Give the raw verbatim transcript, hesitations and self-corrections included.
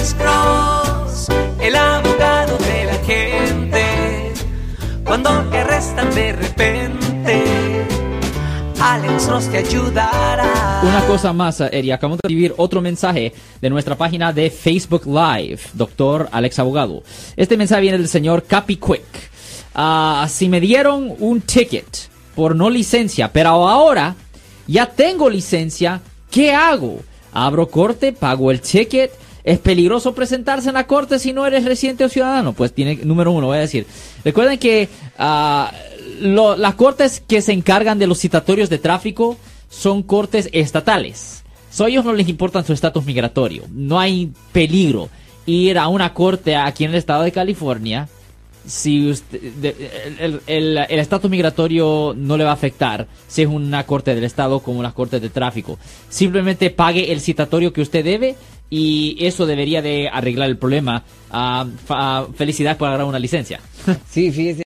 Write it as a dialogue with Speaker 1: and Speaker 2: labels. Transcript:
Speaker 1: Alex Cross, el abogado de la gente. Cuando te arrestan de repente, Alex Cross te ayudará.
Speaker 2: Una cosa más, Eri, acabamos de recibir otro mensaje de nuestra página de Facebook Live, doctor Alex Abogado. Este mensaje viene del señor Capi Quick. Uh, si me dieron un ticket por no licencia, pero ahora ya tengo licencia, ¿qué hago? ¿Abro corte? ¿Pago el ticket? ¿Es peligroso presentarse en la corte si no eres residente o ciudadano? Pues tiene, número uno, voy a decir. Recuerden que uh, lo, las cortes que se encargan de los citatorios de tráfico son cortes estatales. So, a ellos no les importa su estatus migratorio. No hay peligro ir a una corte aquí en el estado de California. Si usted, de, el estatus migratorio no le va a afectar si es una corte del estado como las cortes de tráfico. Simplemente pague el citatorio que usted debe y eso debería de arreglar el problema. Uh, uh, felicidades por agarrar una licencia.
Speaker 3: Sí, fíjese.